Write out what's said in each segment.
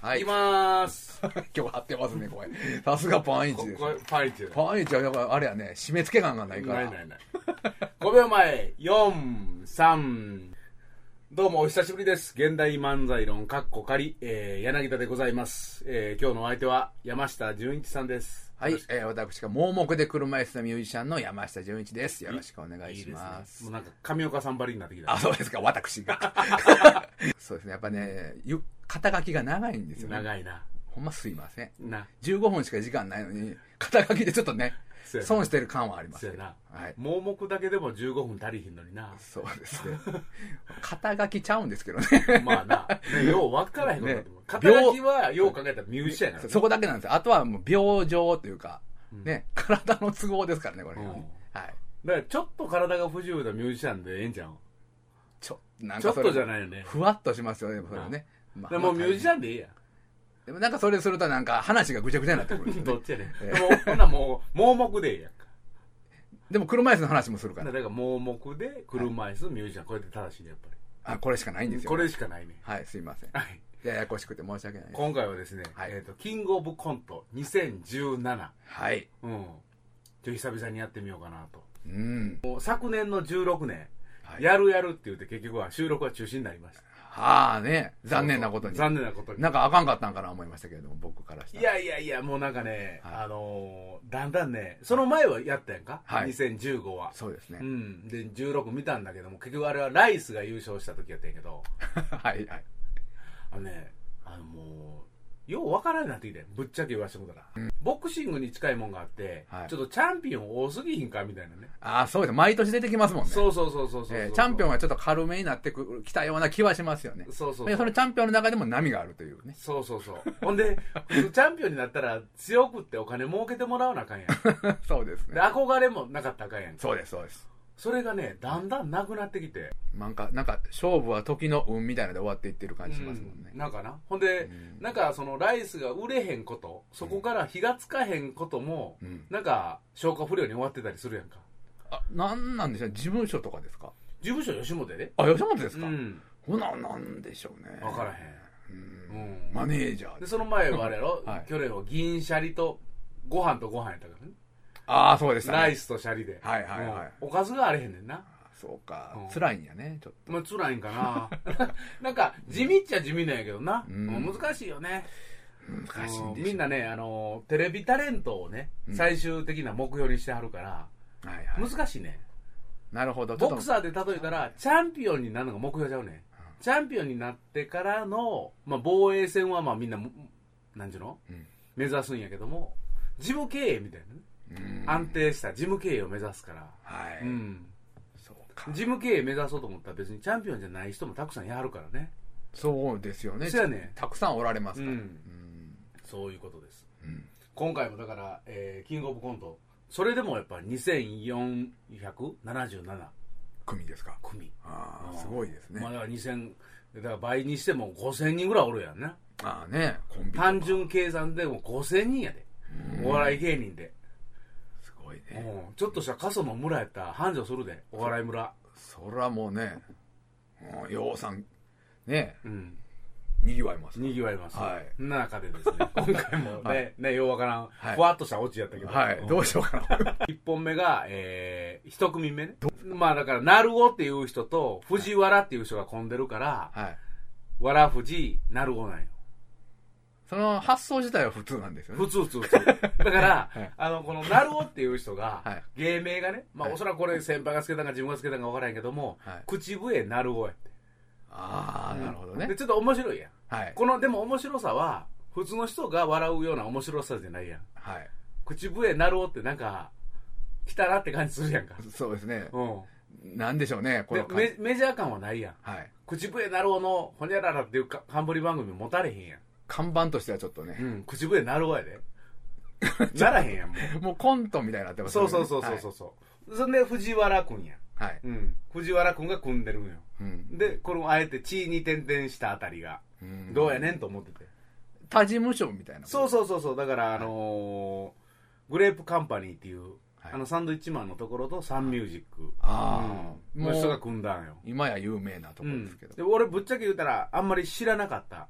はい。 いきまーす。 今日張ってますね、これ。さすがパンイチです。 これパンイチ。 パンイチは、だからあれやね、締め付け感がないから。 ない。5秒前、4、3。どうもお久しぶりです。現代漫才論かっこ仮、柳田でございます。今日のお相手は山下純一さんです。 はい、私が盲目で車椅子のミュージシャンの山下純一です。よろしくお願いします。 いいですね、もうなんか上岡さんばりになってきた。 あ、そうですか、私が。そうですね、やっぱね、肩書きが長いんですよね。 長いな。 ほんますいません。 な。 15分しか時間ないのに、肩書きでちょっとね、損してる感はありますけど。 はい。盲目だけでも15分足りひんのにな。 そうですね。肩書きちゃうんですけどね。 まあな。よう分からへんことだと思う。肩書きはよう考えたらミュージシャンやから。 そこだけなんですよ。あとはもう病状というか、ね、体の都合ですからね、これ。はい。 だからちょっと体が不自由なミュージシャンでええんじゃん。 ちょっとじゃないよね。 ふわっとしますよね、それね。 でもミュージシャンでいいやん。 でもなんかそれするとなんか話がぐちゃぐちゃになってくる。 どっちやねん。でもほんなもう盲目でいいやんか。 でも車椅子の話もするから。 だから盲目で車椅子ミュージシャン、これで正しいね、やっぱり。 あ、これしかないんですよ。 これしかないね。 はい、すいません。 はい。 ややこしくて申し訳ないです。 今回はですね、キングオブコント2017。 はい。 久々にやってみようかなと。 もう昨年の16年、やるって言って結局は収録は中止になりました。 はあね、残念なことに。 残念なことに。 なんかあかんかったんかな思いましたけれども、僕からしたら。いや、もうなんかね、だんだんね、その前はやったやんか、2015は。 そうですね。 で、16見たんだけども、結局あれはライスが優勝した時やったんやけど。 はい。 もう、よう分からんようになってきて、ぶっちゃけ言わせてもらったら。ボクシングに近いもんがあって、ちょっとチャンピオン多すぎひんかみたいなね。 ああ、そうです。毎年出てきますもんね。 そう。チャンピオンがちょっと軽めになってきたような気はしますよね。 そう。 そのチャンピオンの中でも波があるというね。 そう。ほんで、チャンピオンになったら強くってお金儲けてもらわなあかんやん。 そうですね。 で、憧れもなかったらあかんやん。 そうです。 それがね、だんだんなくなってきて。 なんか、勝負は時の運みたいなので終わっていってる感じしますもんね。 なんかな。ほんで、なんかそのライスが売れへんこと、そこから火がつかへんことも、なんか消化不良に終わってたりするやんか。 なんでしょう、事務所とかですか？ 事務所吉本でね。 あ、吉本ですか？ほな、なんでしょうね。 わからへん。 マネージャーで、その前はあれやろ、去年は銀シャリとご飯やったからね。 ああ、そうでしたね。 ライスとシャリで。 はい。 おかずがあれへんねんな。 そうか。辛いんやね、ちょっと。 まあ、辛いんかな。なんか、地味っちゃ地味なんやけどな。難しいよね。 難しいんでみんなね、テレビタレントをね、最終的な目標にしてはるから、難しいね。 なるほど。 ボクサーで例えたら、チャンピオンになるのが目標ちゃうね。チャンピオンになってからの、防衛戦はみんな、なんちゅうの目指すんやけども、事務経営みたいなね。安定した事務経営を目指すから。そうか。事務経営目指そうと思ったら別にチャンピオンじゃない人もたくさんやるからね。 そうですよね。 そうやね。 たくさんおられますから。 そういうことです。今回もだから、キングオブコント、それでもやっぱ2477 組ですか。 組。 ああ、すごいですね。 だからだから倍にしても5000人ぐらいおるやんね。 ああね、 コンビ。単純計算でも5000人やで。お笑い芸人で。 すごいね。 ちょっとした過疎の村やったら繁盛するで、お笑い村。 そらもうね、ようさん、ね、にぎわいます。 にぎわいます。中でですね、今回もね、ようわからん、ふわっとしたオチやったけど。 どうしようかな。 1本目が、1組目ね。だから、なるおっていう人と、藤原っていう人が混んでるから、わらふじ、なるおなんよ。 その発想自体は普通なんですよね。 普通。だから、このなるおっていう人が、芸名がね、おそらくこれ先輩がつけたか自分がつけたか分からへんけども、口笛なるおやって。 ああ、なるほどね。 で、ちょっと面白いやん。でも面白さは、普通の人が笑うような面白さじゃないやん。口笛なるおってなんか、来たなって感じするやんか。 そうですね。なんでしょうね、これ。 メジャー感はないやん。口笛なるおの、ほにゃららっていう冠番組持たれへんやん。 看板としてはちょっとね。 口笛なるおやで。ならへんやん、もう。 もうコントみたいになってますね。そう。そんで、藤原くんや。藤原くんが組んでるんよ。で、このあえて地に点々したあたりが、どうやねんと思ってて。 他事務所みたいな。 そう。だから、グレープカンパニーっていう、サンドイッチマンのところとサンミュージックの人が組んだんよ。 今や有名なところですけど。 俺ぶっちゃけ言うたら、あんまり知らなかった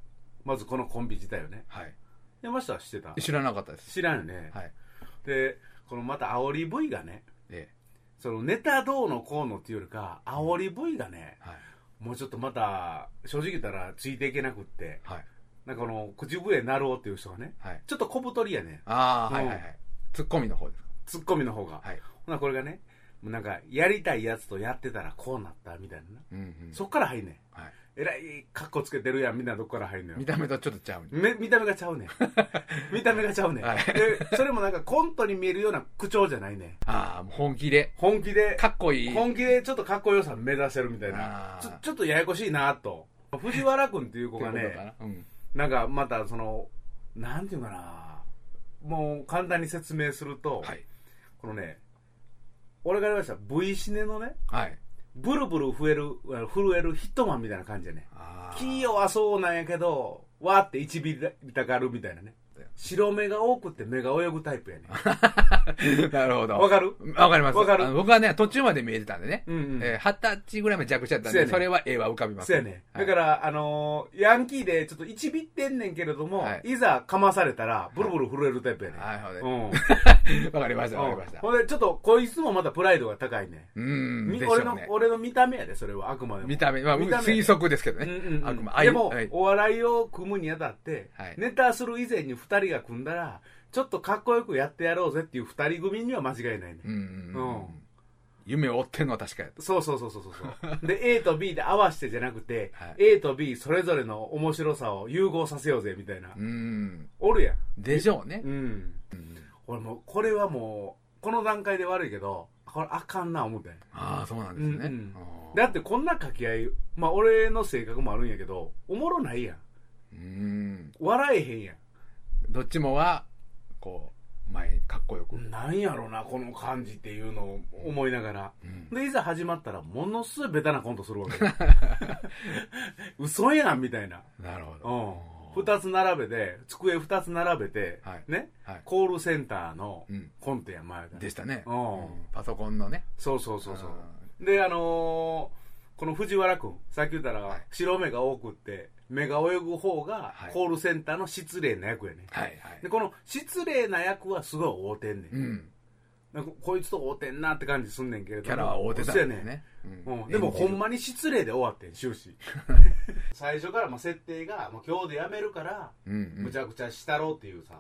まずこのコンビ自体をね。 はい。 山下は知ってた？ 知らなかったです。 知らんよね。 はい。 で、このまた煽り V がね、そのネタどうのこうのっていうよりか、煽り V がね、はい、もうちょっとまた、正直言ったらついていけなくって、はい、なんかこの口笛なろうっていう人がね、はい、ちょっと小太りやね。 ああ、はいはいはい。ツッコミの方ですか？ ツッコミの方が。はい。ほなこれがね、なんかやりたいやつとやってたらこうなったみたいな、うんうん、そっから入んねん。はい。えらいカッコつけてるやんみたいなとこから入んのよ。 見た目とちょっとちゃうね。見た目がちゃうねん。見た目がちゃうねん。はい、でそれもなんかコントに見えるような口調じゃないねん。 ああ、もう本気で。 本気で。 かっこいい。 本気でちょっとかっこよさ目指せるみたいな。ちょっとややこしいなと。藤原くんっていう子がね、うん、なんかまたその、なんていうかな、もう簡単に説明すると、はい、このね、俺が言いました V シネのね、はい、ブルブル震えるヒットマンみたいな感じでね。器用はそうなんやけど、わーって一ビタがるみたいなね。白目が多くて目が泳ぐタイプやね。 なるほど。 わかる？ わかります。 わかる？ 僕はね、途中まで見えてたんでね。20歳ぐらいまで弱者だったんで、それは絵は浮かびます。 そうやね。だから、ヤンキーでちょっと一ビってんねんけれども、いざかまされたら、ブルブル震えるタイプやね。 はい、わかりました、わかりました。 ほんで、ちょっと、こいつもまたプライドが高いね。俺の見た目やで、それは、あくまでも。 見た目、まあ、推測ですけどね。あくまでも、お笑いを組むにあたって、ネタする以前に二人が組んだら、ちょっとかっこよくやってやろうぜっていう二人組には間違いないね。 夢を追ってんのは確かやと。 そうで A と B で合わせてじゃなくて、はい、A と B それぞれの面白さを融合させようぜみたいな。おるやん。 でしょうね。 俺もこれはもうこの段階で悪いけど、これあかんな思ったんや。 ああ、そうなんですね。 だってこんな掛け合い、まあ俺の性格もあるんやけど、おもろないやん。笑えへんやん。 どっちもはこう前かっこよくなんやろなこの感じっていうのを思いながら、でいざ始まったらものすごいベタなコントするわけ嘘やんみたいな。 なるほど。2つ並べて机2つ並べて、ね、コールセンターのコントや前でしたね。パソコンのね。 そうでこの藤原くんさっき言ったら白目が多くって目が泳ぐ方がコールセンターの失礼な役やね、でこの失礼な役はすごい合うてんねん、なんかこいつと合うてんなって感じすんねんけれども、 キャラは合うてたんですね、 でもほんまに失礼で終わってん終始最初から設定がもう今日でやめるからむちゃくちゃしたろうっていうさ、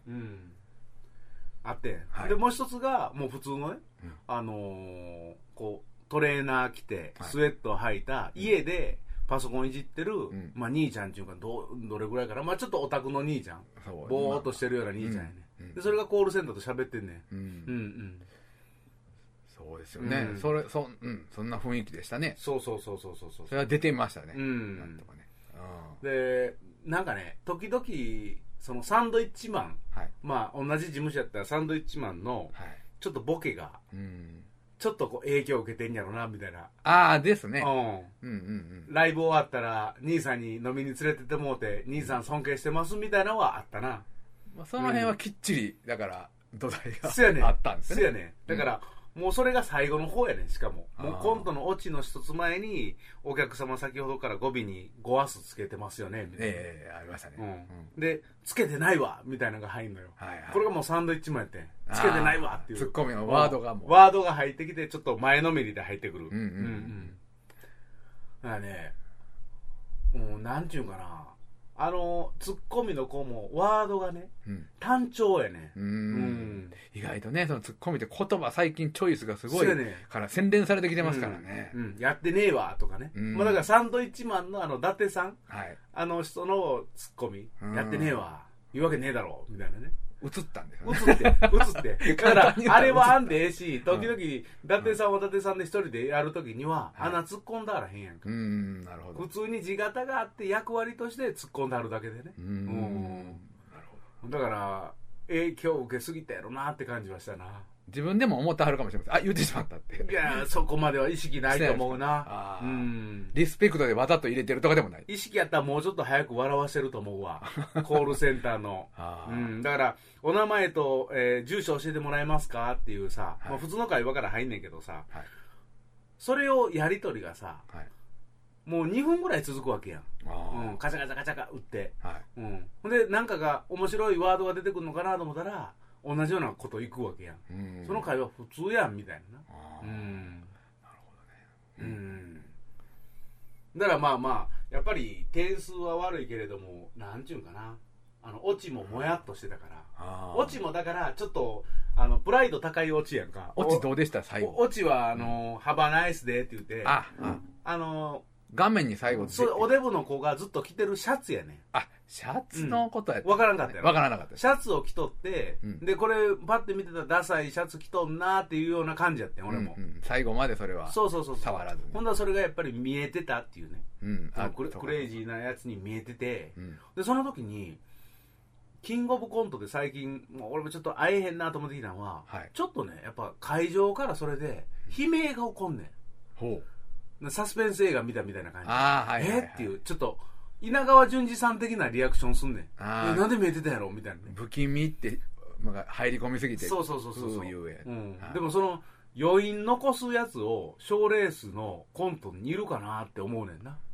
あって、でもう一つがもう普通のね、こうトレーナー着てスウェット履いた家でパソコンいじってる、まあ兄ちゃんっていうかどれぐらいかな、まあちょっとオタクの兄ちゃん、ぼーっとしてるような兄ちゃんやね、でそれがコールセンターと喋ってんねん。 そうですよね、そんな雰囲気でしたね。 そうそれは出てましたね。なんとかね。 でなんかね時々そのサンドイッチマン、まあ同じ事務所やったらサンドイッチマンのちょっとボケがちょっとこう影響を受けてんやろなみたいな。 ああですね。 ライブ終わったら兄さんに飲みに連れてってもうて兄さん尊敬してますみたいなのはあったな。 その辺はきっちりだから土台があったんですね。 そうやね。だからもうそれが最後の方やねん。しかももうコントのオチの一つ前にお客様先ほどから語尾にゴアスつけてますよねみたいな。 ありましたね。 でつけてないわみたいなのが入るのよ。これがもうサンドイッチマンやってん。つけてないわっていうツッコミのワードがもうワードが入ってきてちょっと前のめりで入ってくる。だからね、もうなんちゅうかな、ツッコミの子もワードがね、単調やね。 意外とねそのツッコミって言葉最近チョイスがすごいから洗練されてきてますからね。 やってねえわとかね。まあだからサンドイッチマンの伊達さん、あの人のツッコミやってねえわ言うわけねえだろみたいなね。 映ったんですよね。映って。だから、あれはあんでええし、時々、伊達さんは伊達さんで一人でやるときには、穴突っ込んだらへんやんか。 なるほど。 普通に地形があって役割として突っ込んであるだけでね。なるほど。だから、影響を受けすぎたやろなって感じはしたな。 自分でも思ってはるかもしれません。あ、言ってしまったって。 いや、そこまでは意識ないと思うな。 リスペクトでわざと入れてるとかでもない。 意識やったらもうちょっと早く笑わせると思うわ。コールセンターの。だから、お名前と、住所教えてもらえますかっていうさ、普通の会話から入んねんけどさ、それをやりとりがさ、 もう2分ぐらい続くわけやん。カチャカチャカチャカ打って。ほんで、なんかが面白いワードが出てくるのかなと思ったら、同じようなこと行くわけやん。その会話普通やん、みたいな。なるほどね。だからまあまあ、やっぱり点数は悪いけれども、なんちゅうんかな。オチももやっとしてたから。オチもだから、ちょっと、プライド高いオチやんか。 オチどうでした最後。 オチは、ハバナイスデーって言って、 画面に最後そう、おデブの子がずっと着てるシャツやね。 シャツのことやった。 わからんかったよ。 わからなかった。 シャツを着とって、で、これ、パッて見てたらダサいシャツ着とんなっていうような感じやってん、俺も。 最後までそれは。 そう。 触らずに。 ほんだらそれがやっぱり見えてたっていうね。クレイジーなやつに見えてて、で、その時に、キングオブコントで最近、もう俺もちょっと会えへんなと思ってきたのは、ちょっとね、やっぱ会場からそれで、悲鳴が起こんねん。サスペンス映画見たみたいな感じで。っていう、ちょっと、稲川淳二さん的なリアクションすんねん。なんで見えてたんやろみたいなね。 不気味って、入り込みすぎて。 そう。でもその、余韻残すやつを、賞レースのコントにいるかなって思うねんな。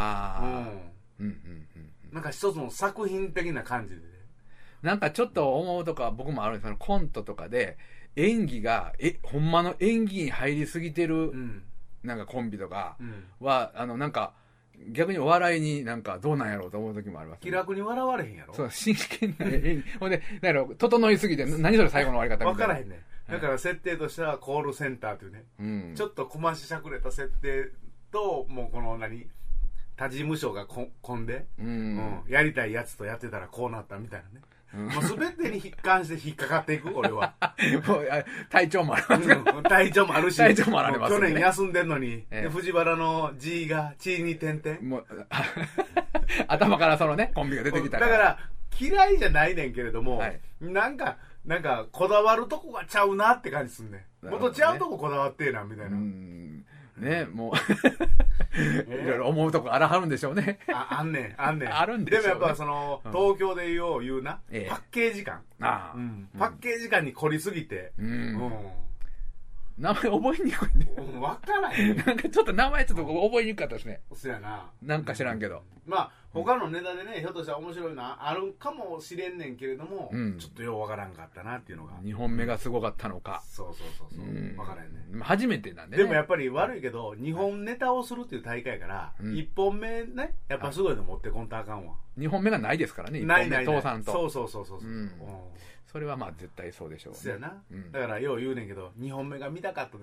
なんか一つの作品的な感じで。 なんかちょっと思うとか僕もあるんですけど、コントとかで演技がほんまの演技に入りすぎてる、なんかコンビとかは、なんか逆にお笑いになんかどうなんやろうと思う時もあります、 気楽に笑われへんやろ。 そう、真剣な演技ほんでなんやろ、整いすぎて何それ最後の終わり方みたいな。 分からへんね。だから設定としてはコールセンターというね、ちょっとこまししゃくれた設定と、もうこの他事務所が混んで、やりたいやつとやってたらこうなったみたいなね。もう全てに関して引っかかっていく、俺は。 もう体調もありますか体調もあるし、 体調もあります去年休んでんのに、藤原の G が血に点々。もう頭からそのね、コンビが出てきたから。 だから、嫌いじゃないねんけれども、なんか、こだわるとこがちゃうなって感じすんねん。もっとちゃうとここだわってえな、みたいな。 ね、もういろいろ思うとこあらはるんでしょうね。 あんねん。あるんでしょうね。 でもやっぱ東京で言うな、パッケージ感。パッケージ感に凝りすぎて。 名前覚えにくいね。 わからへん。 なんかちょっと名前ちょっと覚えにくかったですね。 そうやな。 なんか知らんけど。 まあ、他のネタでね、ひょっとしたら面白いな、あるかもしれんねんけれども、ちょっとようわからんかったなっていうのが。 2本目がすごかったのか。 そう。わからへんね。 初めてなんでね。でもやっぱり悪いけど、2本ネタをするっていう大会から、1本目ね、やっぱすごいの持ってこんとあかんわ。 2本目がないですからね、 1本目、父さんと。 そう。 それはまあ絶対そうでしょうね。 そうやな。だからよう言うねんけど、2本目が見たかったって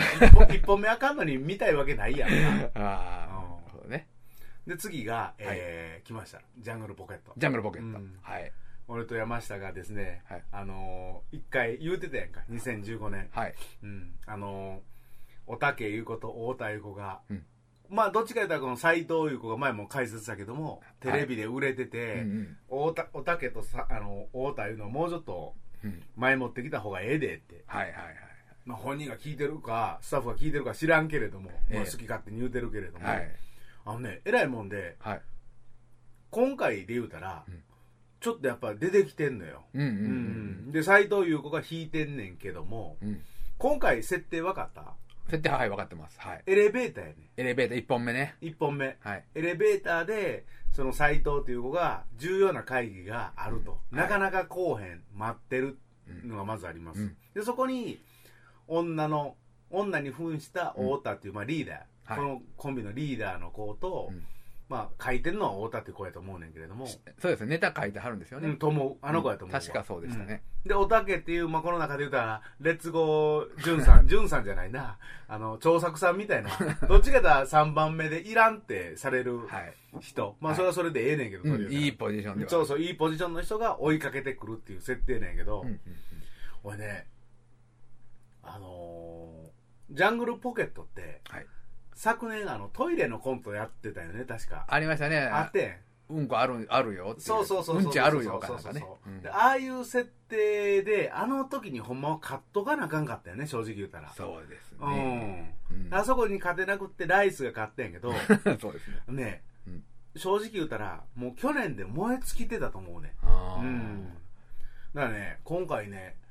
、1本目あかんのに見たいわけないやんか。 なるほどね。 で、次が、来ました。ジャングルポケット。はい。俺と山下がですね、一回言うてたやんか、2015年。はい。おたけゆうこと太田ゆう子が、まあどっちか言ったらこの斎藤ゆう子が前も解説したけども、テレビで売れてて、おたけと太田いうのをもうちょっと前持ってきた方がええでって。まあ本人が聞いてるか、スタッフが聞いてるか知らんけれども、好き勝手に言うてるけれども、えらいもんで、今回で言うたら、ちょっとやっぱ出てきてんのよ。で、斎藤ゆう子が弾いてんねんけども、今回設定分かった？ 設定は分かってます。はい。 エレベーターやね。 エレベーター1本目ね。 1本目。はい。エレベーターで、その斎藤という子が重要な会議があると。なかなか来おへん、待ってるのがまずあります。で、そこに、女に扮した太田っていう、まあリーダー、このコンビのリーダーの子と、まあ書いてるのは太田って子やと思うねんけれども。 そうですね。ネタ書いてはるんですよね。 と思う。あの子やと思う。 確かそうでしたね。 で、おたけっていう、まあ、この中で言うたら、レッツゴー、ジュンさん、ジュンさんじゃないな、長作さんみたいな、どっちかと3番目でいらんってされる人、まあ、それはそれでええねんけど、 いいポジションでは。 そう、いいポジションの人が追いかけてくるっていう設定なんやけど、俺ね、ジャングルポケットって、昨年トイレのコントやってたよね、確か。 ありましたね。 あって、 うんこあるよって。 そう。 うんちあるよかなんかね。 ああいう設定で、あの時にほんまは買っとかなあかんかったよね、正直言うたら。 そうですね。 あそこに勝てなくってライスが勝ったんやけど、 そうですね。 ね、正直言うたら、もう去年で燃え尽きてたと思うね。だからね、今回ね、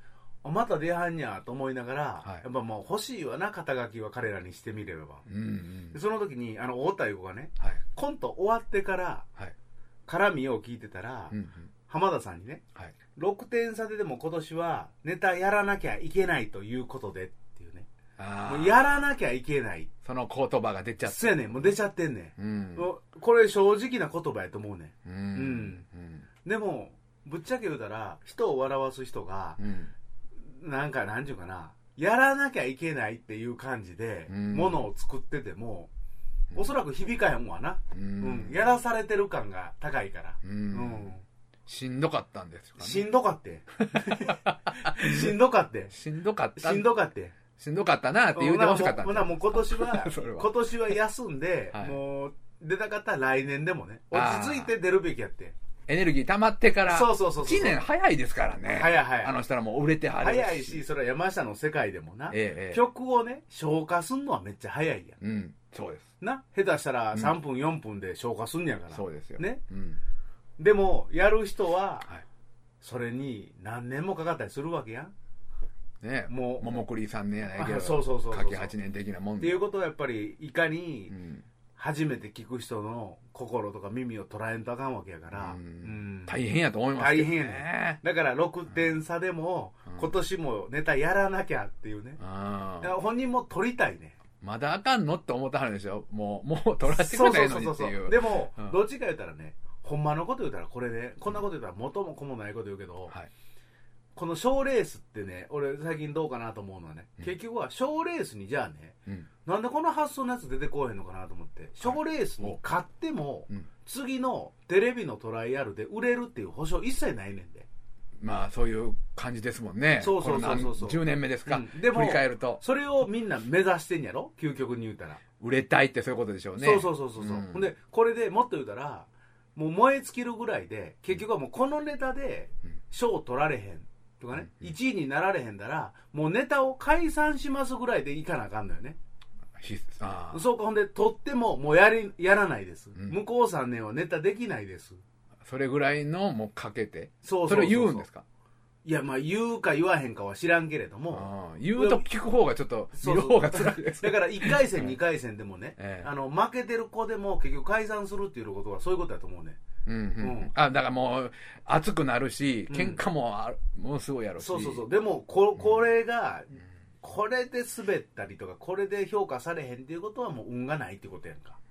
また出はんやと思いながら、 はい、 やっぱもう欲しいわな、肩書きは彼らにしてみれば。 うんうん、 その時に、太田優子がね、 はい、 コント終わってから、 はい、 絡みを聞いてたら、うんうん、浜田さんにね、はい、6点差ででも今年はネタやらなきゃいけないということでっていうね。もうやらなきゃいけない。 その言葉が出ちゃって。 そうやねん、もう出ちゃってんねん。うん、これ正直な言葉やと思うねん。うん。うん、でも、ぶっちゃけ言うたら、人を笑わす人が、なんか、なんていうかな、やらなきゃいけないっていう感じで、ものを作ってても、おそらく響かへんわな。やらされてる感が高いから。 しんどかったんですよ、ね。 しんどかって。しんどかって。 しんどかった。 しんどかって。 しんどかったなって言うてほしかったんです。 もう今年は休んで、はい、もう、出たかったら来年でもね、落ち着いて出るべきやって。 エネルギー溜まってから、 そう 1年早いですからね。 早い。 あの人らもう売れてはるし。 早いし、それは山下の世界でもな、曲をね、消化すんのはめっちゃ早いやん。 うん、そうです。 な、下手したら3分、4分で消化すんやから。 そうですよ。 ね。でも、やる人は、それに何年もかかったりするわけやん。 ね、もう桃栗3年やないけど、 そう柿8年的なもんっていうことはやっぱりいかに初めて聞く人の心とか耳を捉えんとあかんわけやから、 大変やと思いますけどね。 大変やね。だから6点差でも今年もネタやらなきゃっていうね。本人も撮りたいね。 まだあかんのって思ってはるんでしょ。もう撮らせてくれないのにっていう。 でも、どっちか言ったらね、ほんまのこと言ったらこれで、こんなこと言ったら元も子もないこと言うけど、この賞レースってね、俺最近どうかなと思うのはね、結局は賞レースにじゃあね、なんでこの発想のやつ出てこうへんのかなと思って、賞レースに勝っても、次のテレビのトライアルで売れるっていう保証一切ないねんで。 まあそういう感じですもんね。 そう 10年目ですか、でも振り返るとそれをみんな目指してんやろ、究極に言うたら。 売れたいってそういうことでしょうね。 そう、ほんでこれでもっと言うたら、もう燃え尽きるぐらいで、結局はもうこのネタで賞を取られへんとかね、1位になられへんだら、もうネタを解散しますぐらいでいかなあかんのよね。そうか、ほんで取ってももうやらないです、向こう3年はネタできないです。 それぐらいのもうかけて、それを言うんですか。 いや、まあ言うか言わへんかは知らんけれども、 言うと聞く方がちょっと見る方が辛いです。 だから1回戦2回戦でもね、負けてる子でも結局解散するっていうことはそういうことだと思うね。だからもう熱くなるし、喧嘩もものすごいやろうし。 そうでもこれが、これで滑ったりとかこれで評価されへんっていうことはもう運がないってことやんか。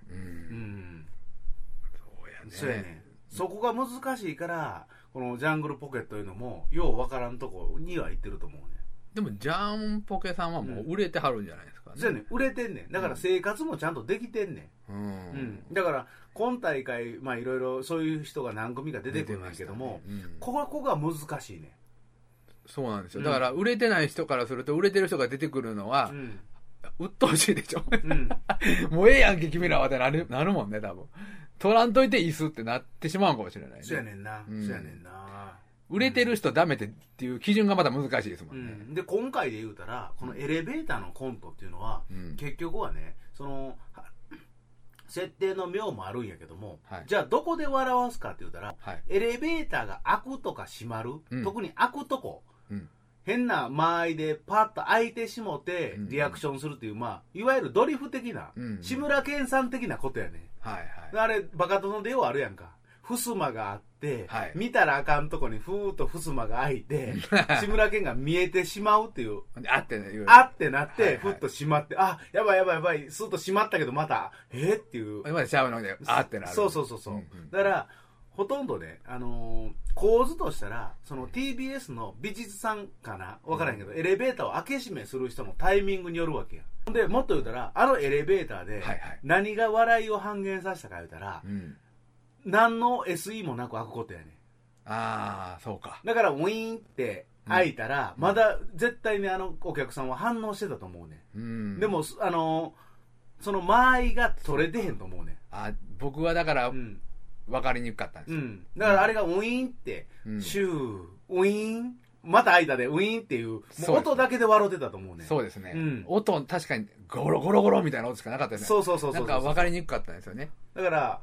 そうやね。そこが難しいから、このジャングルポケというのもようわからんとこには行ってると思うね。 でもジャンポケさんはもう売れてはるんじゃないですかね。 そうやね、売れてんねん。だから生活もちゃんとできてんねん。だから今大会、まあいろいろそういう人が何組か出てくるんだけども、ここが難しいね。 そうなんですよ。だから売れてない人からすると、売れてる人が出てくるのは鬱陶しいでしょ。もうええやんけ君らはってなるもんね、多分。取らんといていいっすってなってしまうかもしれないね。 そうやねんな。そうやねんな。 売れてる人ダメっていう基準がまた難しいですもんね。 で、今回で言うたら、このエレベーターのコントっていうのは、結局はね、その、設定の妙もあるんやけども、じゃあどこで笑わすかって言うたら、エレベーターが開くとか閉まる、特に開くとこ、変な間合いでパッと開いてしもてリアクションするっていう、まあ、いわゆるドリフ的な、志村けんさん的なことやね。あれ、バカ殿でようあるやんか。襖があって、見たらあかんとこにふーっと襖が開いて、志村けんが見えてしまうっていう。あってなって、ふっと閉まって、あ、やばい、スーッと閉まったけどまた、っていう。 今までシャワー飲んで、ってなる。 そう。だから、ほとんどね、構図としたら、その TBS の美術さんかなわからへんけど、エレベーターを開け閉めする人のタイミングによるわけや。で、もっと言うたら、エレベーターで、何が笑いを半減させたか言うたら、何の SE もなく開くことやね。 そうか。 だから、ウィーンって開いたら、まだ絶対にお客さんは反応してたと思うね。でも、その間合いが取れてへんと思うね。 僕はだから、分かりにくかったんですよ。 だからあれがウィーンって、シュー、ウィーン、また間でウィーンっていう、音だけで笑ってたと思うね。 そうですね。音、確かにゴロゴロゴロみたいな音しかなかったですね。 そう。 なんか分かりにくかったんですよね。 だから、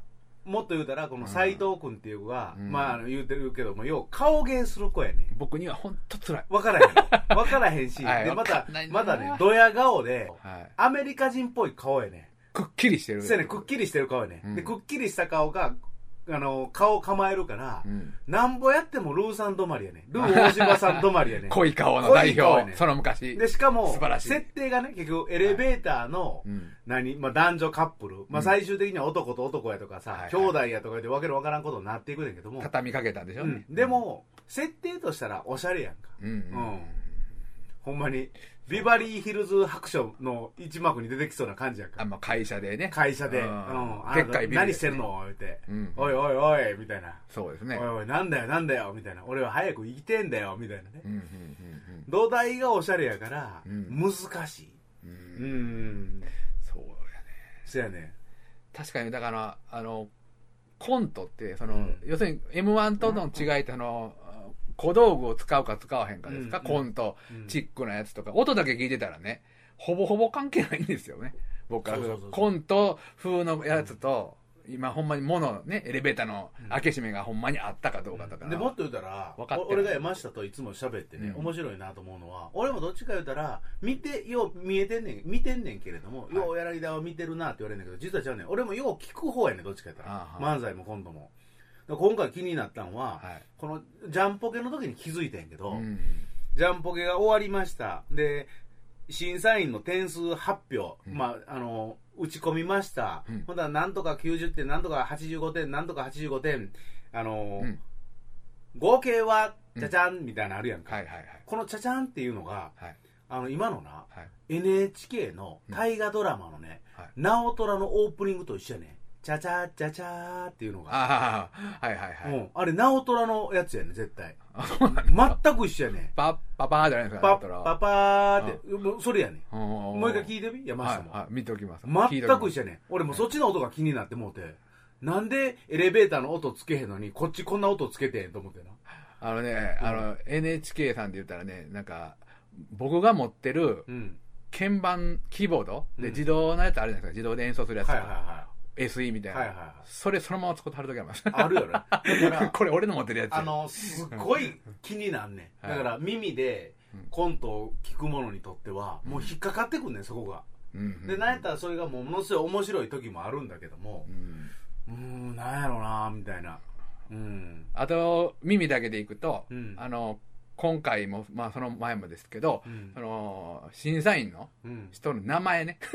もっと言うたらこの斎藤君っていう子が、まあ言うてるけども、よう顔芸する子やね。 僕には本当辛い。 分からへんし、 はい、 でまたね、ドヤ顔で、 はい、 アメリカ人っぽい顔やね。 くっきりしてる。 そうやね、くっきりしてる顔やね。で、くっきりした顔が、顔構えるから、なんぼやってもルーさん止まりやね。ルー大島さん止まりやね。 濃い顔の代表、ね、その昔。 で、しかも、設定がね、結局エレベーターの、まあ男女カップル、まあ最終的には男と男やとかさ、兄弟やとかでわけのわからんことになっていくねんけども。 畳みかけたんでしょ、 でも、設定としたらおしゃれやんか。ほんまに。ビバリーヒルズ白書の一幕に出てきそうな感じやんか。 まあ、会社でね。 会社で。 でっかいビルで。 何してるの言って。おいおいおいみたいな。 そうですね。 おいおい、なんだよみたいな。俺は早く生きてんだよみたいなね。土台がおしゃれやから、難しい。そうやね。そうやね。 確かに、だから、コントって、要するに M1 との違いって、小道具を使うか使わへんかですか、コント、チックなやつとか、音だけ聞いてたらね、ほぼほぼ関係ないんですよね。僕からすると。コント風のやつと、今ほんまに物ね、エレベーターの開け閉めがほんまにあったかどうかとか。 で、もっと言うたら、俺が山下といつも喋ってね、面白いなと思うのは、俺もどっちか言うたら、見てんねんけれども、よう柳田を見てるなって言われるんだけど、実は違うねん。俺もよう聞く方やねん、どっちか言ったら。漫才もコントも。今回気になったのは、このジャンポケの時に気づいたんやけど、ジャンポケが終わりました。で、審査員の点数発表、まあ、打ち込みました。ほんだらなんとか90点、なんとか85点、なんとか85点、合計は、チャチャンみたいなのあるやんか。このチャチャンっていうのが、今のな、NHK の大河ドラマのね、直虎のオープニングと一緒やね。チャチャチャチャーっていうのが。あれ、直虎のやつやね、絶対。全く一緒やね。 パパーじゃないですか、 パパーって。それやね。もう一回聞いてみ山下も。 見ておきます。 全く一緒やね。俺もそっちの音が気になってもうて。なんでエレベーターの音つけへんのに、こっちこんな音つけてへんと思ってな。 NHK さんで言ったらね、なんか、僕が持ってる、鍵盤、キーボードで自動のやつあるじゃないですか。自動で演奏するやつ。SE みたいな、それそのまま使ってはる時あります。 あるよね。だからこれ俺の持ってるやつ。 すっごい気になんねん。だから耳でコントを聞く者にとってはもう引っかかってくんねん、そこが。で、なんやったらそれがものすごい面白い時もあるんだけども、なんやろなみたいな。 あと耳だけでいくと、今回も、まあその前もですけど、審査員の人の名前ね。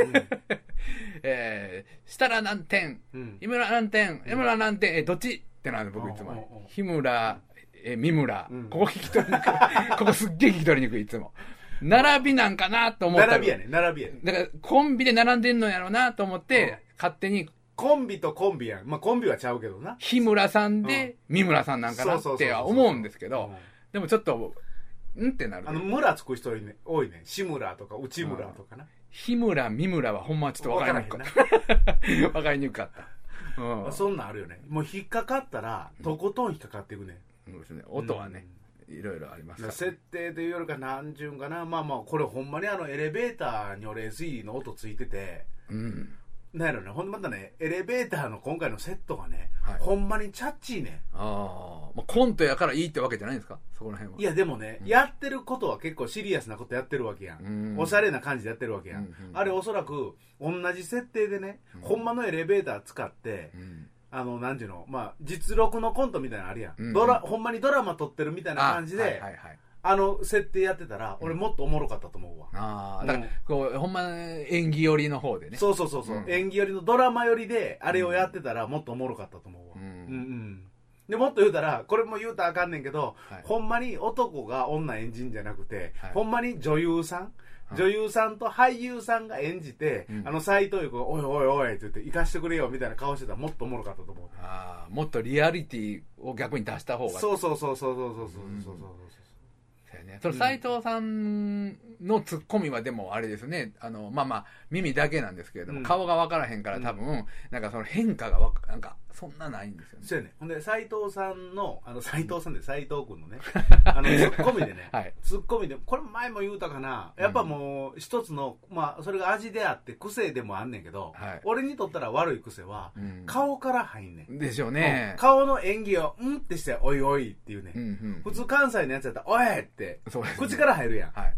設楽何点、井村何点、江村何点、どっちってなる僕いつも。日村、三村、ここ聞き取りにくい。ここすっげえ聞き取りにくい、いつも。並びなんかなと思ったら。 並びやね。 だからコンビで並んでんのやろうなと思って、勝手に。 コンビとコンビやん。まあコンビはちゃうけどな。 日村さんで、三村さんなんかなっては思うんですけど、でもちょっと、ってなる。 村つく人多いね。志村とか内村とかな。 日村、三村はほんまちょっと分かりにくかった。分かりにくかった。 そんなんあるよね。もう引っかかったら、とことん引っかかっていくね。 そうですね。音はね、いろいろありますから。 設定というよりか何順かな。まあまあ、これほんまにエレベーターに俺 SE の音ついてて、なんやろね、ほんでまたね、エレベーターの今回のセットがね、ほんまにチャッチーね。 コントやからいいってわけじゃないんですか、そこら辺は。 いやでもね、やってることは結構シリアスなことやってるわけやん。おしゃれな感じでやってるわけやん。あれおそらく、同じ設定でね、ほんまのエレベーター使って、なんていうの、まあ、実録のコントみたいなのあるやん。ほんまにドラマ撮ってるみたいな感じで、設定やってたら、俺もっとおもろかったと思うわ。 だから、こう、ほんま演技寄りの方でね。 そう。演技寄りのドラマ寄りで、あれをやってたら、もっとおもろかったと思うわ。で、もっと言うたら、これも言うたらあかんねんけど、ほんまに男が女演じんじゃなくて、ほんまに女優さんと俳優さんが演じて、斎藤優子が、おいおいおいって言って、行かしてくれよみたいな顔してたら、もっとおもろかったと思う。 もっとリアリティを逆に出した方が。 そう。 その斉藤さんのツッコミはでもあれですね、まあまあ耳だけなんですけれども、顔が分からへんから多分、なんかその変化がなんかそんなないんですよね。 そうやね。ほんで斉藤さんの斉藤さんで斉藤君のねツッコミでね、はい、ツッコミでこれ前も言うたかな、やっぱもう一つのまあそれが味であって癖でもあんねんけど、はい、俺にとったら悪い癖は、顔から入んねんでしょうね。 顔の演技をってしておいおいっていうね、普通関西のやつやったらおいって、ね、口から入るやん、はい、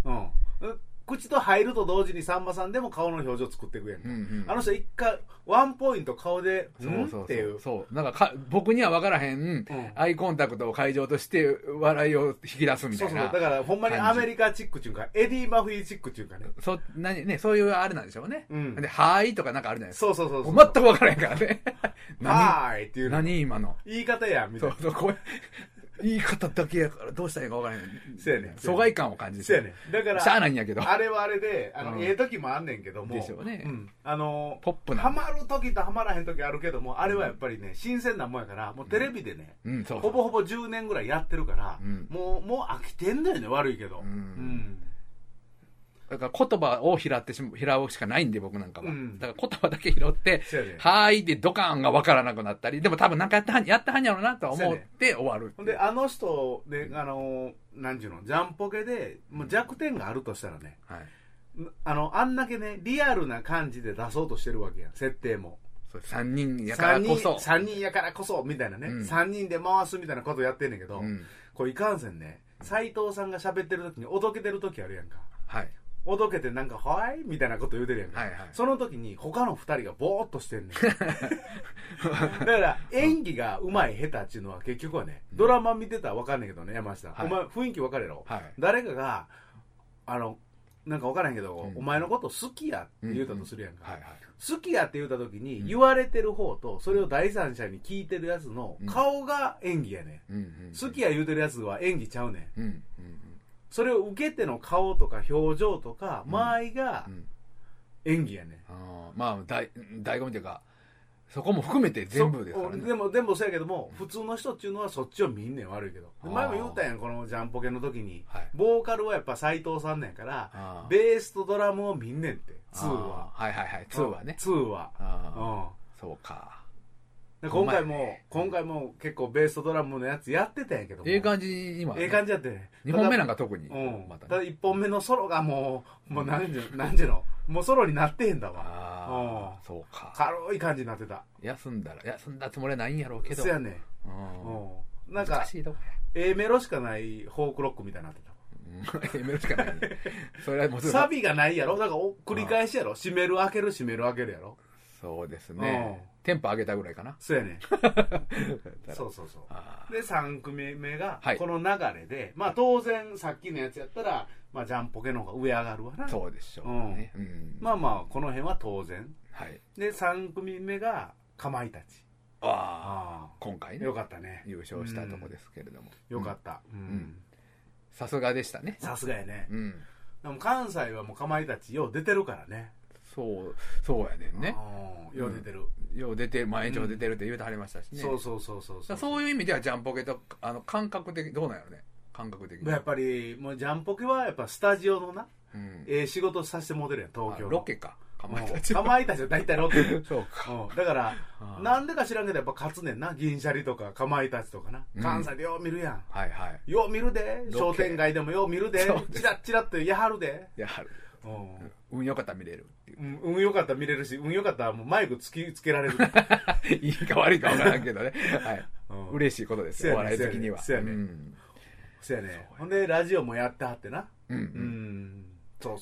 口と入ると同時にさんまさんでも顔の表情作っていくやんか、あの人一回ワンポイント顔でっていうそうなんか僕には分からへん、アイコンタクトを会場として笑いを引き出すみたいな。 そうだからほんまにアメリカチックっていうかエディ・マフィーチックっていうかねそういうあれなんでしょうね、ではーいとかなんかあるじゃないですか。 そう全く分からへんからねはーいっていう何今の言い方やみたいな。 そうこれ言い方だけやからどうしたらいいか分からへん。 そうやね。 疎外感を感じて。 そうやね。だからしゃあないんやけど。 あれはあれでええ時もあんねんけども。 でしょうね。 ポップな。ハマる時とハマらへん時あるけども、あれはやっぱりね新鮮なもんやから、もうテレビでね、ほぼほぼ10年ぐらいやってるから、もう飽きてんだよね、悪いけど。 だから言葉を拾うしかないんで僕なんかは、だから言葉だけ拾ってはーいでドカーンが分からなくなったり、でも多分なんかやったはんやろうなと思って終わる。 での人でなんちゅうのジャンポケでもう弱点があるとしたらね、あんだけねリアルな感じで出そうとしてるわけやん、設定も。 3人やからこそ 3人やからこそみたいなね、3人で回すみたいなことやってんねんけど、これいかんせんね、斉藤さんが喋ってる時におどけてる時あるやんか。はい。おどけてなんか「はい」みたいなこと言うてるやんか、その時に他の2人がボーっとしてんねんだから演技がうまい下手っていうのは結局はね、ドラマ見てたら分かんないけどね、山下、お前雰囲気分かるやろ、誰かがなんか分からへんけど、お前のこと好きやって言うたとするやんか、好きやって言うた時に言われてる方とそれを第三者に聞いてるやつの顔が演技やねん、好きや言うてるやつは演技ちゃうねん、それを受けての顔とか表情とか間合いが演技やね、 まあ醍醐味というかそこも含めて全部ですからね。 でもそうやけども、普通の人っていうのはそっちを見んねん、悪いけど。前も言うたやん、このジャンポケの時に、ボーカルはやっぱ斉藤さんねんから、ベースとドラムを見んねんって、2は。 はい2はね。 2は。 そうか。 今回も結構ベースとドラムのやつやってたんやけども、 ええ感じ今ええ感じやってね。 2本目なんか特に、 ただ1本目のソロがもう何時のもうソロになってへんだわ。 そうか、 軽い感じになってた。 休んだつもりはないんやろうけど、 そうやね。なんかAメロしかないフォークロックみたいになってた。 Aメロしかない、それはもちろんサビがないやろ、だから繰り返しやろ、閉める開ける閉める開けるやろ。 そうですね、テンポ上げたぐらいかな。 そうやねそうで3組目がこの流れで、まあ当然さっきのやつやったら、まあジャンポケの方が上上がるわな。 そうでしょうね、 まあこの辺は当然、で3組目がかまいたち。 今回ねよかったね、 優勝したとこですけれども、 よかった。 さすがでしたね。 さすがやね。でも関西はもうかまいたちよう出てるからね。 そうやねんね。 よう出てる。 よう出てる、延長出てるって言うてはりましたしね。そういう意味ではジャンポケと感覚的どうなんやろね。感覚的にやっぱりもうジャンポケはやっぱスタジオのな、仕事させてもらってるやん、東京のロケか。かまいたちは大体ロケそうか。だからなんでか知らんけどやっぱ勝つねんな、銀シャリとかかまいたちとかな、関西でよう見るやん。よう見るで、商店街でもよう見るで、チラッチラッとやはるで。 運よかったら見れるっていう。 運よかったら見れるし、運よかったらもうマイクつけられる。 いいか悪いか分からんけどね。嬉しいことですよ、お笑い的には。 そうやね。ほんでラジオもやってはってな。そう。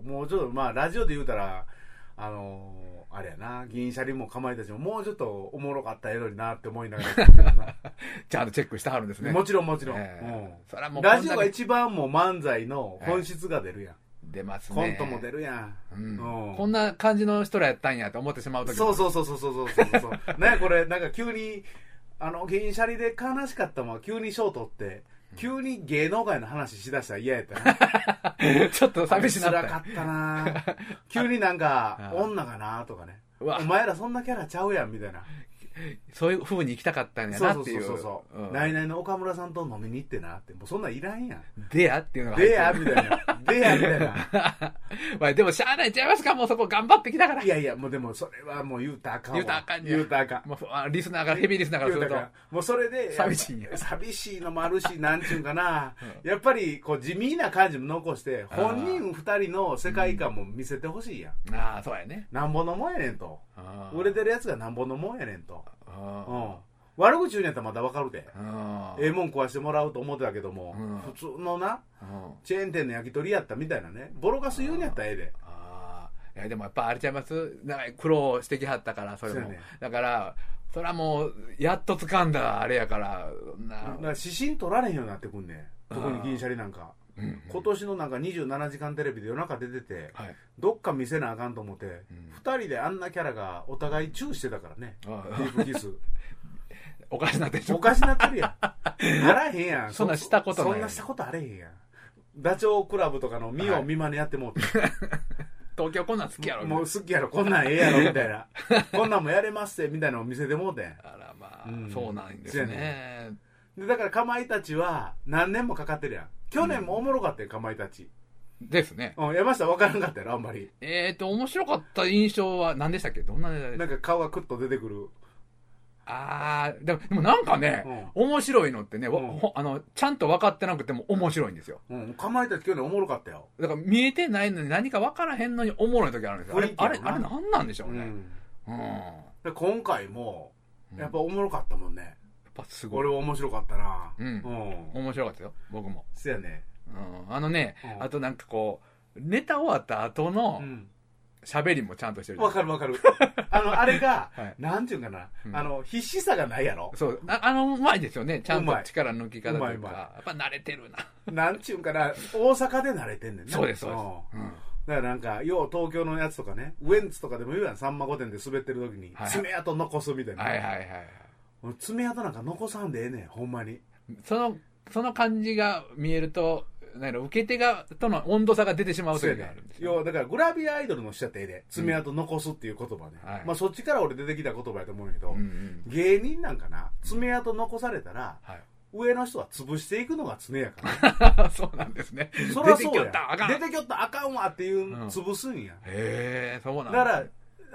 もうちょっとまあラジオで言うたらあれやな、銀シャリもかまいたちももうちょっとおもろかったやろになって思いながらちゃんとチェックしてはるんですね。 もちろんラジオが一番もう漫才の本質が出るやん。 出ますね。 コントも出るやん。こんな感じの人らやったんやと思ってしまうときも。 そうね、これなんか急に銀シャリで悲しかったもん、急に賞取って急に芸能界の話しだしたら嫌やったな。ちょっと寂しなった。 辛かったな。急になんか女かなとかね、お前らそんなキャラちゃうやんみたいな。 そういう風に行きたかったんやなっていう。 そうナイナイの岡村さんと飲みに行ってなって、もうそんなんいらんやん。 でやっていうのがでやみたいな。でやみたいな。 まあでもしゃあないちゃいますか、もうそこ頑張ってきたから。 いやいや、もうでもそれはもう言うたらあかんわ。言うたらあかん。 もうリスナーから、ヘビーリスナーからすると。 もうそれで、 寂しいんや。 寂しいのもあるし、なんちゅうんかな。やっぱりこう地味な感じも残して、本人二人の世界観も見せてほしいやん。 ああ、そうやね。 なんぼのもんやねんと。売れてるやつがなんぼのもんやねんと。悪口言うんやったらまだわかるで。ええもん食わしてもらうと思ってたけども、普通のな、チェーン店の焼き鳥やったみたいなね、ボロカス言うんやったらええで。 いやでもやっぱあれちゃいます、なんか苦労してきはったから、それも。だから、それはもう、やっと掴んだあれやから。 だから指針取られへんようになってくんねん。特に銀シャリなんか。今年のなんか27時間テレビで夜中出てて、どっか見せなあかんと思って、2人であんなキャラがお互いチューしてたからね。ディープキス。 おかしなってる。 おかしなってるやん。あらへんやん。 そんなしたことない。 そんなしたことあれへんやん。ダチョウ倶楽部とかの見よう見まねやってもうて。 東京こんなん好きやろ。 もう好きやろ、こんなんええやろみたいな。こんなんもやれますってみたいなのを見せてもうてん。 あらまあ、そうなんですね。 でだからかまいたちは何年もかかってるやん。去年もおもろかったよ、かまいたち。 ですね。 山下分からんかったやろ、あんまり。 面白かった印象は何でしたっけ？どんなネタでしたっけ？ なんか顔がクッと出てくる。 でもなんかね、面白いのってね、ちゃんと分かってなくても面白いんですよ。 かまいたち去年おもろかったよ。 だから見えてないのに何か分からへんのにおもろい時あるんですよ。あれ何なんでしょうね。 今回も、やっぱおもろかったもんね。やっぱすごい。 俺は面白かったな。 面白かったよ、僕も。 そうやね。 あとなんかこう、ネタ終わった後の、喋りもちゃんとしてる。 わかるわかる。あれが、なんていうんかな、必死さがないやろ。 そう。うまいですよね。ちゃんと力抜き方というか。やっぱ慣れてるな。 なんちゅうんかな、大阪で慣れてんねんな。 そうです、そうです。 だからなんか、よう東京のやつとかね、ウエンツとかでも言うやん、さんま御殿で滑ってる時に、爪痕残すみたいな。爪痕なんか残さんでええねん、ほんまに。 その感じが見えると、受け手がとの温度差が出てしまうというのがあるんですよ。 だからグラビアアイドルの人ってええで、爪痕残すっていう言葉ね。まあそっちから俺出てきた言葉やと思うんやけど、芸人なんかな、爪痕残されたら、上の人は潰していくのが常やから。そうなんですね。 そりゃそうや。出てきよったらあかんわっていう潰すんや。 そうなんだから、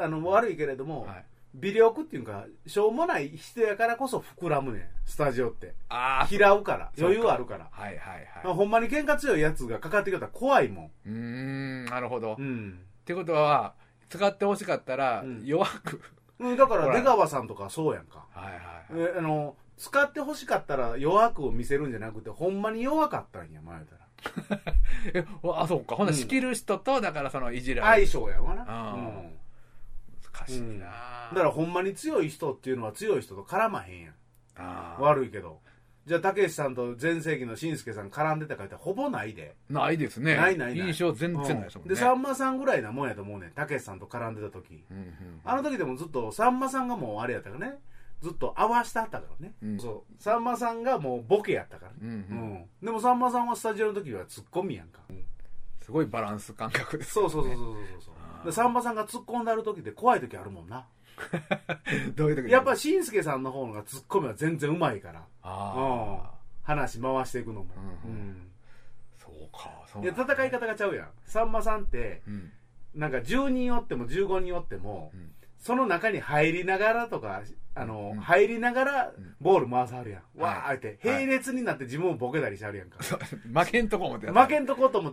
悪いけれども、微力っていうか、しょうもない人やからこそ膨らむねん、スタジオって。嫌うから、余裕あるから。ほんまに喧嘩強いやつがかかってきたら怖いもん。なるほど。ってことは、使ってほしかったら、弱く。 だから、出川さんとかそうやんか。使ってほしかったら弱くを見せるんじゃなくて、ほんまに弱かったんや、前言うたら。そうか。ほんな仕切る人と、だからそのいじら相性やわな。 難しいな、 だからほんまに強い人っていうのは強い人と絡まへんやん。悪いけど。じゃあ、たけしさんと全盛期のしんすけさん絡んでたかってほぼないで。 ないですね。 ない印象全然ないですもんね。 で、さんまさんぐらいなもんやと思うねん。たけしさんと絡んでた時。あの時でもずっと、さんまさんがもうあれやったからね。ずっと合わしてはったからね。そう。さんまさんがもうボケやったからね。でもさんまさんはスタジオの時はツッコミやんか。 すごいバランス感覚です。 そう。さんまさんが突っ込んである時って怖い時あるもんな。 どういう時？ やっぱしんすけさんの方が突っ込みは全然うまいから。話回していくのも。 そうか。 いや、戦い方がちゃうやん。さんまさんって、なんか10人おっても15人おっても、その中に入りながらとか、入りながらボール回さはるやん。わーって、並列になって自分をボケたりしてはるやんか。 負けんとこ思って負けんとこと思って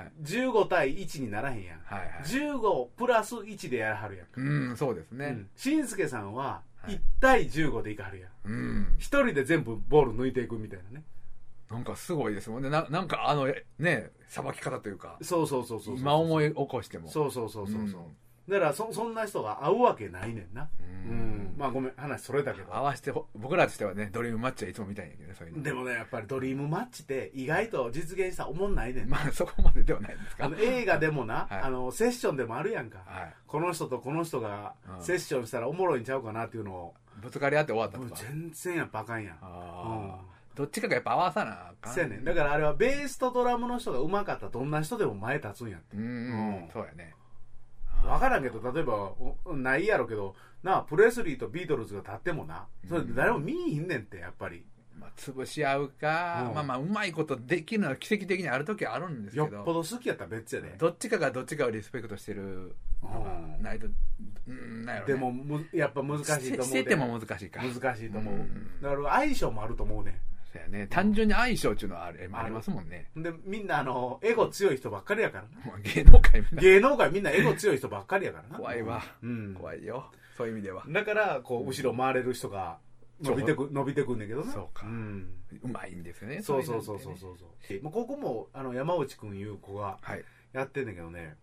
、15対1にならへんやん。15プラス1でやらはるやんか。 そうですね。 しんすけさんは1対15でいかはるやん。一人で全部ボール抜いていくみたいなね。 なんかすごいですもんね。なんかさばき方というか。 そう。 今思い起こしても。 そう。だからそんな人が会うわけないねんな。まあごめん、話それだけど。 合わせて、僕らとしてはね、ドリームマッチはいつも見たいんやけどね、そういうの。 でもね、やっぱりドリームマッチって意外と実現したらおもんないねん。 まあそこまでではないんですか。 映画でもな、セッションでもあるやんか。この人とこの人がセッションしたらおもろいんちゃうかなっていうのを。 ぶつかり合って終わったとか。 全然やっぱあかんやん。 どっちかがやっぱ合わさなあかん。 そうやねん。だからあれはベースとドラムの人が上手かったらどんな人でも前立つんやって。 そうやね。 分からんけど、例えばないやろけどな、プレスリーとビートルズが立ってもな、それ誰も見いひんねんって、やっぱり。 潰し合うか、うまいことできるのは奇跡的にある時はあるんですけど、 よっぽど好きやったら別やで。 どっちかがどっちかをリスペクトしてるのがないと、なんやろね。 でもやっぱ難しいと思うで。 してても難しいか。 難しいと思う。だから相性もあると思うね。 そうやね。単純に相性っていうのはありますもんね。 で、みんなエゴ強い人ばっかりやからな。芸能界みんなエゴ強い人ばっかりやからな。 怖いわ。怖いよ。そういう意味では。 だから、後ろ回れる人が伸びてくんだけどな。 そうか。うまいんですよね。 そう。ここも、山内くんいう子がやってんだけどね、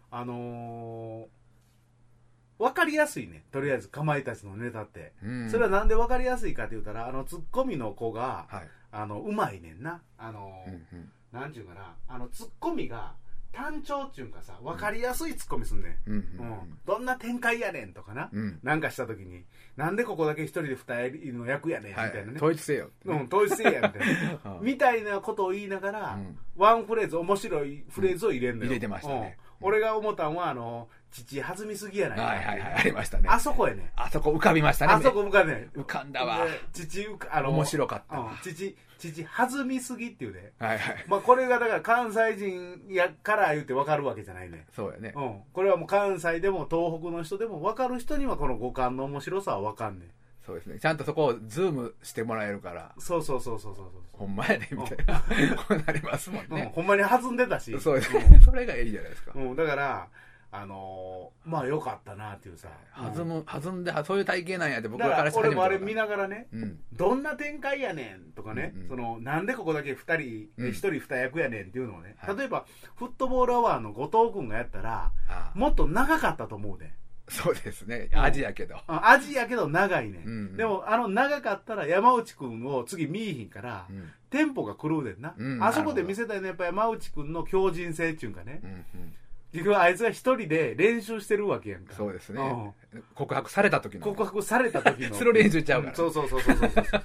分かりやすいね。とりあえず、かまいたちのネタって。それはなんで分かりやすいかって言ったら、ツッコミの子が、うまいねんな。なんちゅうかな、ツッコミが、単調っていうんかさ、分かりやすいツッコミすんねん。どんな展開やねんとかな。なんかした時に、なんでここだけ一人で二人の役やねんみたいなね。 統一せよ。 統一せえやみたいな。みたいなことを言いながら、ワンフレーズ、面白いフレーズを入れんのよ。 入れてましたね。 俺が思ったんは、父弾みすぎやないか。 ありましたね。 あそこやね。 あそこ浮かびましたね。 あそこ浮かんで。 浮かんだわ。面白かった。 父弾みすぎっていうね。 はい。 まあこれがだから関西人やから言って分かるわけじゃないね。 そうやね。 これはもう関西でも東北の人でも分かる人にはこの五感の面白さは分かんねん。 そうですね。ちゃんとそこをズームしてもらえるから。 そう。 ほんまやで、みたいな。こうなりますもんね。 ほんまに弾んでたし。 そうですね。それがいいじゃないですか。 だから、まあ良かったなっていうさ。 弾んで、そういう体型なんやって僕からしたら俺もあれ見ながらね、どんな展開やねんとかね、なんでここだけ一人二役やねんっていうのをね、例えば、フットボールアワーの後藤君がやったら、もっと長かったと思うね。 そうですね。味やけど。 味やけど長いね。でも、長かったら山内くんを次見いひんから、テンポが狂うねんな。あそこで見せたいのはやっぱ山内くんの強靭性っていうかね。結局あいつが一人で練習してるわけやんか。 そうですね。告白された時の。 それ練習ちゃうから。 そう。だから、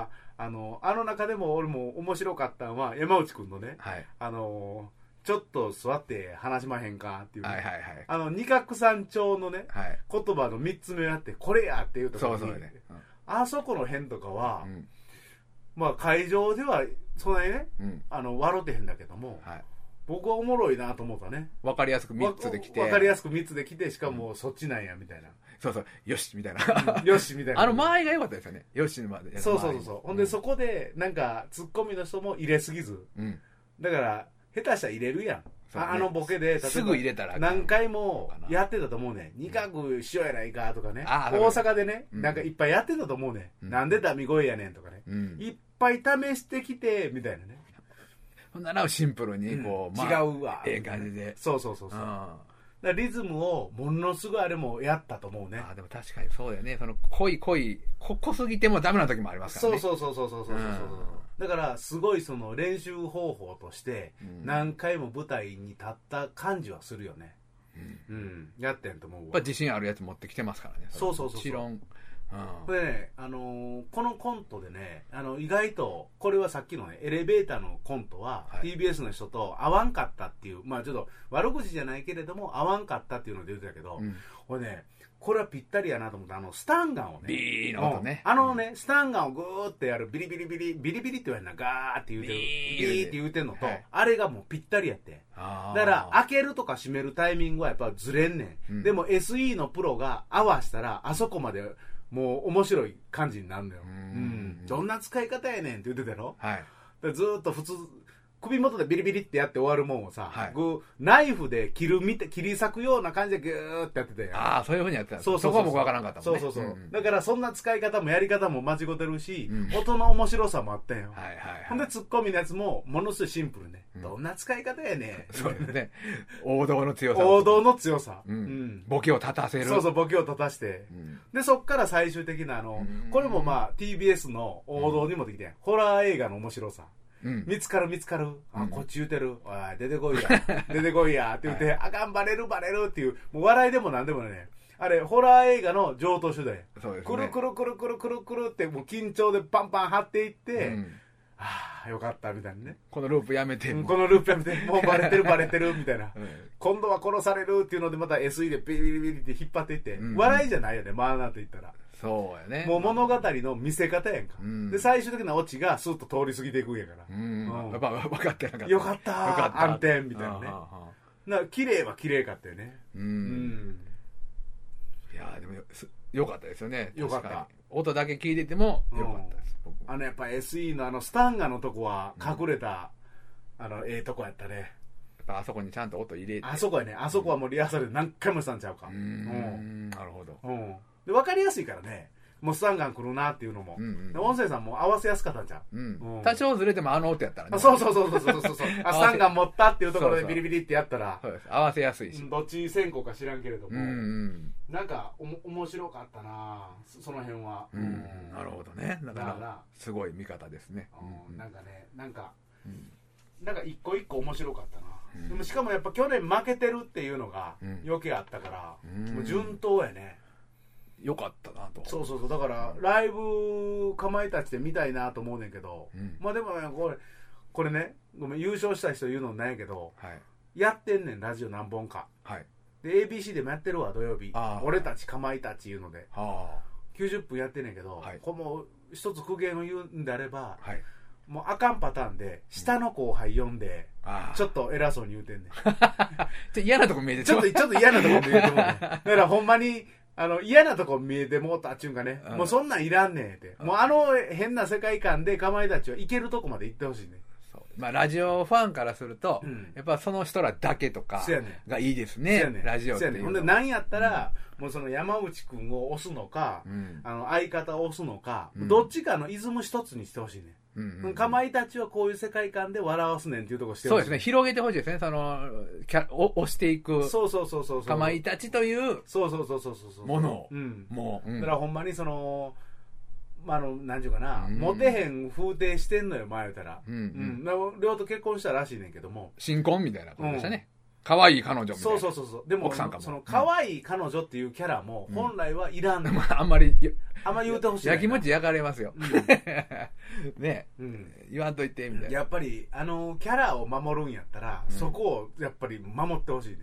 あの中でも俺も面白かったのは山内くんのね、ちょっと座って話しまへんかっていう、二角山町のね、言葉の3つ目をやってこれやっていうところに、あそこの辺とかは、まあ会場ではそんなにね、笑ってへんだけども、僕はおもろいなと思ったね。 分かりやすく3つで来て。 分かりやすく3つで来て、しかもそっちなんやみたいな。 そうよしみたいな。 よしみたいな。 間合いが良かったですよね。よしまで。 そう。ほんでそこでなんかツッコミの人も入れすぎず、だから下手したら入れるやん。あのボケで、例えばすぐ入れたら何回もやってたと思うね。二角一緒やないかとかね。大阪でね、なんかいっぱいやってたと思うね。なんでダミ声やねんとかね。いっぱい試してきて、みたいなね。 ほんならシンプルにこう、 違うわ。 ええ感じで。 そう。だリズムをものすごいあれもやったと思うね。 でも確かにそうだよね。その濃すぎてもダメな時もありますからね。 そう。だからすごいその練習方法として何回も舞台に立った感じはするよね。やってんと思うわ。 自信あるやつ持ってきてますからね。 そう。 もちろん。 これね、このコントでね、意外と、これはさっきのね、エレベーターのコントは、TBS の人と合わんかったっていう、まあちょっと悪口じゃないけれども、合わんかったっていうので言ってたけど、これね、これはぴったりやなと思って、スタンガンをね、 ビーの音ね。 スタンガンをグーってやる、ビリビリって言われるな、ガーって言うてる、ビーって言うてんのと、あれがもうぴったりやって。だから、開けるとか閉めるタイミングはやっぱずれんねん。でも SE のプロが合わしたら、あそこまで、もう面白い感じになるのよ。どんな使い方やねんって言ってたやろ。ずーっと普通、首元でビリビリってやって終わるもんをさ、ナイフで切り裂くような感じでギューってやってたやん。 そういうふうにやってた。そこは僕わからんかったもんね。 そう。だからそんな使い方もやり方も間違ってるし、音の面白さもあったんよ。ほんでツッコミのやつもものすごいシンプルね。どんな使い方やねん。 そうですね。王道の強さ。ボケを立たせる。 そう、ボケを立たして。で、そっから最終的なこれもまあ TBS の王道にもできてん。ホラー映画の面白さ。見つかる。こっち言うてる。おい、出てこいや。って言って、あかん、バレるっていう、もう笑いでもなんでもね、あれ、ホラー映画の上等手段や。くるくるって、もう緊張でパンパン張っていって、 あよかったみたいなね、 このループやめて、 このループやめて、もうバレてるみたいな、今度は殺されるっていうのでまた SE でビリビリビリって引っ張っていって、笑いじゃないよね、マーナーと言ったら。 そうやね、 もう物語の見せ方やんか、で最終的なオチがスッと通り過ぎていくんやから、 やっぱ分かってなかった、 よかった暗転みたいなね、なんか綺麗は綺麗かったよね。 いやでもよかったですよね。 よかった。 音だけ聞いててもよかったです。 やっぱ SE のスタンガのとこは隠れた、ええとこやったね。やっぱあそこにちゃんと音入れて。 あそこやね。あそこはもうリハーサルで何回もしたんちゃうか。 なるほど。 で分かりやすいからね。もうスタンガン来るなっていうのも、音声さんも合わせやすかったんちゃう、 多少ずれても音やったらね。 そうスタンガン持ったっていうところでビリビリってやったら合わせやすいし、 どっち先行か知らんけれども、なんか面白かったなその辺は。 なるほどね。だからすごい見方ですね。 なんかね、なんか一個一個面白かったな。でもしかもやっぱ去年負けてるっていうのが余計あったから、もう順当やね。 よかったなと。 そうだからライブかまいたちで見たいなと思うねんけど、まあでもねこれね、ごめん優勝した人言うのないけど、やってんねんラジオ何本か。で ABC でもやってるわ土曜日。俺たちかまいたちいうので90分やってんねんけど、この一つ苦言を言うんであれば、もうあかんパターンで下の後輩呼んでちょっと偉そうに言うてんねん。 嫌なとこ見えてちょっと嫌なとこ見えてもね。だからほんまに嫌なとこ見えてもうたっちゅうんかね、もうそんなんいらんねんって、もう変な世界観でかまいたちは行けるとこまで行ってほしいね。 まあラジオファンからすると、やっぱその人らだけとかがいいですね、ラジオっていう。 ほんで何やったら、もうその山内くんを押すのか、相方を押すのか、どっちかのイズム一つにしてほしいね。かまいたちはこういう世界観で笑わすねんっていうところしてほしい。 そうですね、広げてほしいですね、その押していくかまいたちというものを。もうだからほんまにその何ていうかな、モテへん風景してんのよ前言うたら。両と結婚したらしいねんけども、 新婚みたいなことでしたね。可愛い彼女みたいな。 そうでも奥さんかも、 その可愛い彼女っていうキャラも本来はいらんの。 あんまり言うてほしい。 やきもち焼かれますよね。言わんといてみたいな。 やっぱりキャラを守るんやったらそこをやっぱり守ってほしいね。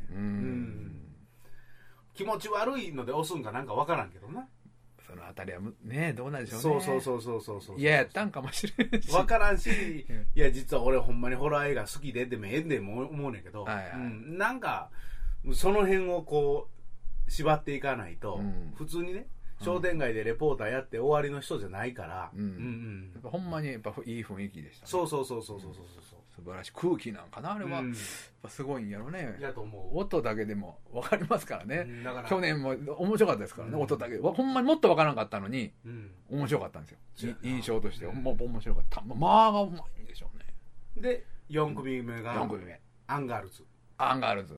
気持ち悪いので押すんかなんか分からんけどな。 そのあたりはね、どうなんでしょうね。 そう嫌やったんかもしれないし分からんし、いや実は俺ほんまにホラー映画好きでもええんでも思うねんけど、なんかその辺をこう縛っていかないと、普通にね商店街でレポーターやって終わりの人じゃないから、やっぱほんまにやっぱいい雰囲気でしたね。 そう素晴らしい空気なんかなあれは、やっぱすごいんやろね。 やと思う。 音だけでも分かりますからね。去年も面白かったですからね、音だけほんまにもっと分からなかったのに、面白かったんですよ、印象として。もう面白かった。まあがうまいんでしょうね。 で4組目がアンガールズ。